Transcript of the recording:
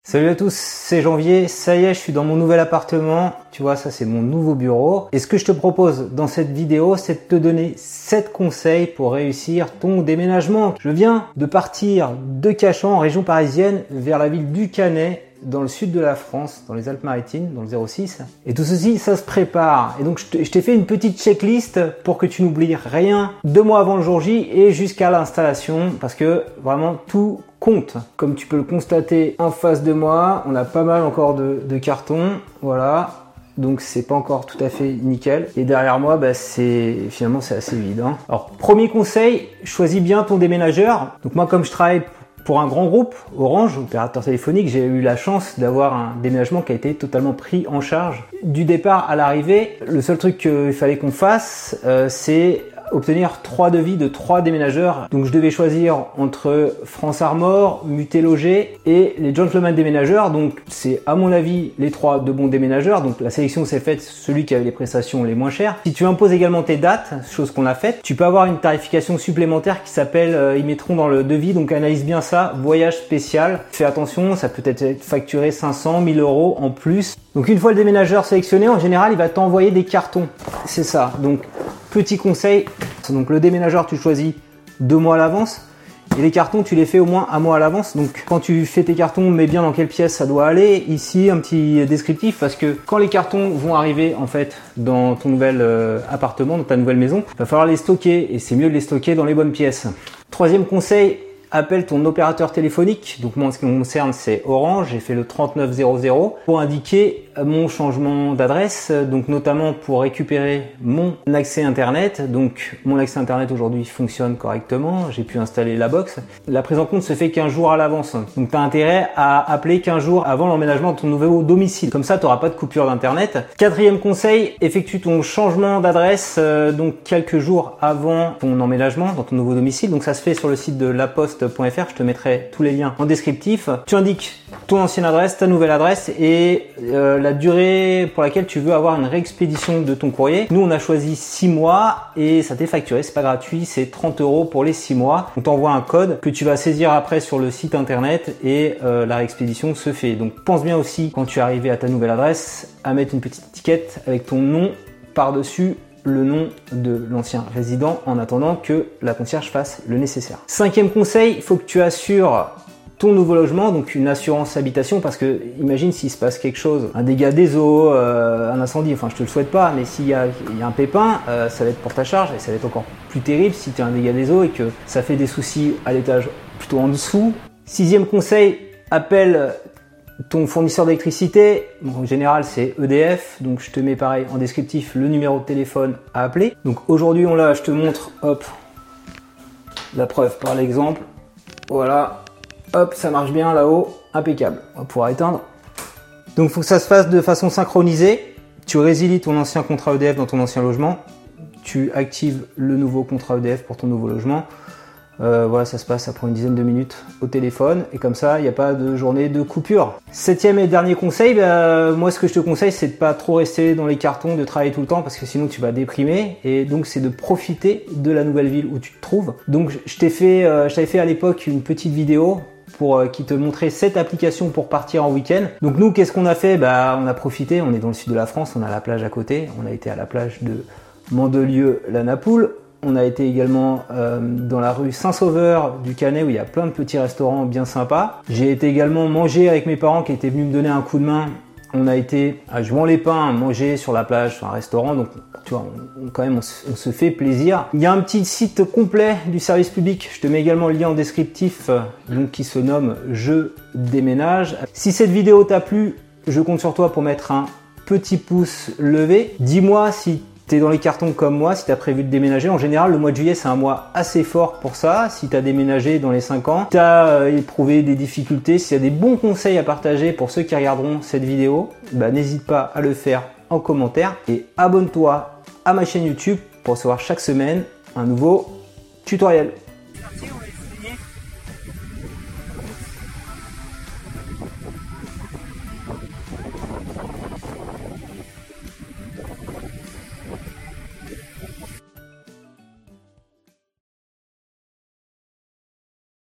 Salut à tous, c'est Janvier, ça y est, je suis dans mon nouvel appartement. Tu vois, ça c'est mon nouveau bureau. Et ce que je te propose dans cette vidéo, c'est de te donner 7 conseils pour réussir ton déménagement. Je viens de partir de Cachan, en région parisienne, vers la ville du Cannet, dans le sud de la France, dans les Alpes-Maritimes, dans le 06. Et tout ceci, ça se prépare. Et donc, je t'ai fait une petite checklist pour que tu n'oublies rien 2 mois avant le jour J et jusqu'à l'installation, parce que vraiment tout compte. Comme tu peux le constater en face de moi, on a pas mal encore de cartons, voilà. Donc c'est pas encore tout à fait nickel. Et derrière moi, finalement c'est assez vide. Alors premier conseil, choisis bien ton déménageur. Donc moi, comme je travaille pour un grand groupe, Orange, opérateur téléphonique, j'ai eu la chance d'avoir un déménagement qui a été totalement pris en charge. Du départ à l'arrivée, le seul truc qu'il fallait qu'on fasse, c'est obtenir 3 devis de 3 déménageurs. Donc je devais choisir entre France Armor, Muté Logé et les Gentlemen Déménageurs. Donc c'est à mon avis les 3 de bons déménageurs. Donc la sélection s'est faite celui qui avait les prestations les moins chères. Si tu imposes également tes dates, chose qu'on a faite, tu peux avoir une tarification supplémentaire qui s'appelle, ils mettront dans le devis, donc analyse bien ça, voyage spécial. Fais attention, ça peut être facturé 500, 1000 euros en plus. Donc une fois le déménageur sélectionné, en général il va t'envoyer des cartons. C'est ça. Donc petit conseil, donc le déménageur tu choisis 2 mois à l'avance et les cartons tu les fais au moins 1 mois à l'avance. Donc quand tu fais tes cartons, mets bien dans quelle pièce ça doit aller. Ici un petit descriptif, parce que quand les cartons vont arriver en fait dans ton nouvel appartement, dans ta nouvelle maison, il va falloir les stocker et c'est mieux de les stocker dans les bonnes pièces. Troisième conseil, appelle ton opérateur téléphonique. Donc moi en ce qui me concerne c'est Orange, j'ai fait le 3900 pour indiquer mon changement d'adresse, donc notamment pour récupérer mon accès internet. Donc mon accès internet aujourd'hui fonctionne correctement, j'ai pu installer la box. La prise en compte se fait 15 jours à l'avance, donc tu as intérêt à appeler 15 jours avant l'emménagement de ton nouveau domicile, comme ça tu n'auras pas de coupure d'internet. Quatrième conseil, effectue ton changement d'adresse donc quelques jours avant ton emménagement dans ton nouveau domicile. Donc ça se fait sur le site de laposte.fr, je te mettrai tous les liens en descriptif. Tu indiques ton ancienne adresse, ta nouvelle adresse et la durée pour laquelle tu veux avoir une réexpédition de ton courrier. Nous on a choisi 6 mois et ça t'est facturé, c'est pas gratuit, c'est 30 € pour les 6 mois. On t'envoie un code que tu vas saisir après sur le site internet et la réexpédition se fait. Donc pense bien aussi quand tu es arrivé à ta nouvelle adresse à mettre une petite étiquette avec ton nom par-dessus le nom de l'ancien résident en attendant que la concierge fasse le nécessaire. 5e conseil, il faut que tu assures ton nouveau logement, donc une assurance habitation, parce que imagine s'il se passe quelque chose, un dégât des eaux, un incendie, enfin je te le souhaite pas, mais s'il y a un pépin, ça va être pour ta charge et ça va être encore plus terrible si tu as un dégât des eaux et que ça fait des soucis à l'étage plutôt en dessous. 6e conseil, appelle ton fournisseur d'électricité. En général c'est EDF, donc je te mets pareil en descriptif le numéro de téléphone à appeler. Donc aujourd'hui on l'a, je te montre, hop, la preuve par l'exemple, voilà. Hop, ça marche bien là-haut, impeccable. On va pouvoir éteindre. Donc il faut que ça se fasse de façon synchronisée. Tu résilies ton ancien contrat EDF dans ton ancien logement. Tu actives le nouveau contrat EDF pour ton nouveau logement. Voilà, ça se passe après une dizaine de minutes au téléphone. Et comme ça, il n'y a pas de journée de coupure. 7e et dernier conseil, moi ce que je te conseille, c'est de pas trop rester dans les cartons, de travailler tout le temps, parce que sinon tu vas déprimer. Et donc c'est de profiter de la nouvelle ville où tu te trouves. Donc je t'avais fait à l'époque une petite vidéo qui te montrait 7 applications pour partir en week-end. Donc nous, qu'est-ce qu'on a fait? On a profité, on est dans le sud de la France, on a la plage à côté. On a été à la plage de Mandelieu-la-Napoule. On a été également dans la rue Saint-Sauveur du Cannet où il y a plein de petits restaurants bien sympas. J'ai été également manger avec mes parents qui étaient venus me donner un coup de main. On a été à Jouan-les-Pins manger sur la plage, sur un restaurant. Donc tu vois, on se fait plaisir. Il y a un petit site complet du service public. Je te mets également le lien en descriptif donc qui se nomme Je déménage. Si cette vidéo t'a plu, je compte sur toi pour mettre un petit pouce levé. Dis-moi si tu es dans les cartons comme moi, si tu as prévu de déménager. En général, le mois de juillet, c'est un mois assez fort pour ça. Si tu as déménagé dans les 5 ans, tu as éprouvé des difficultés, s'il y a des bons conseils à partager pour ceux qui regarderont cette vidéo, n'hésite pas à le faire en commentaire. Et abonne-toi à ma chaîne YouTube pour recevoir chaque semaine un nouveau tutoriel.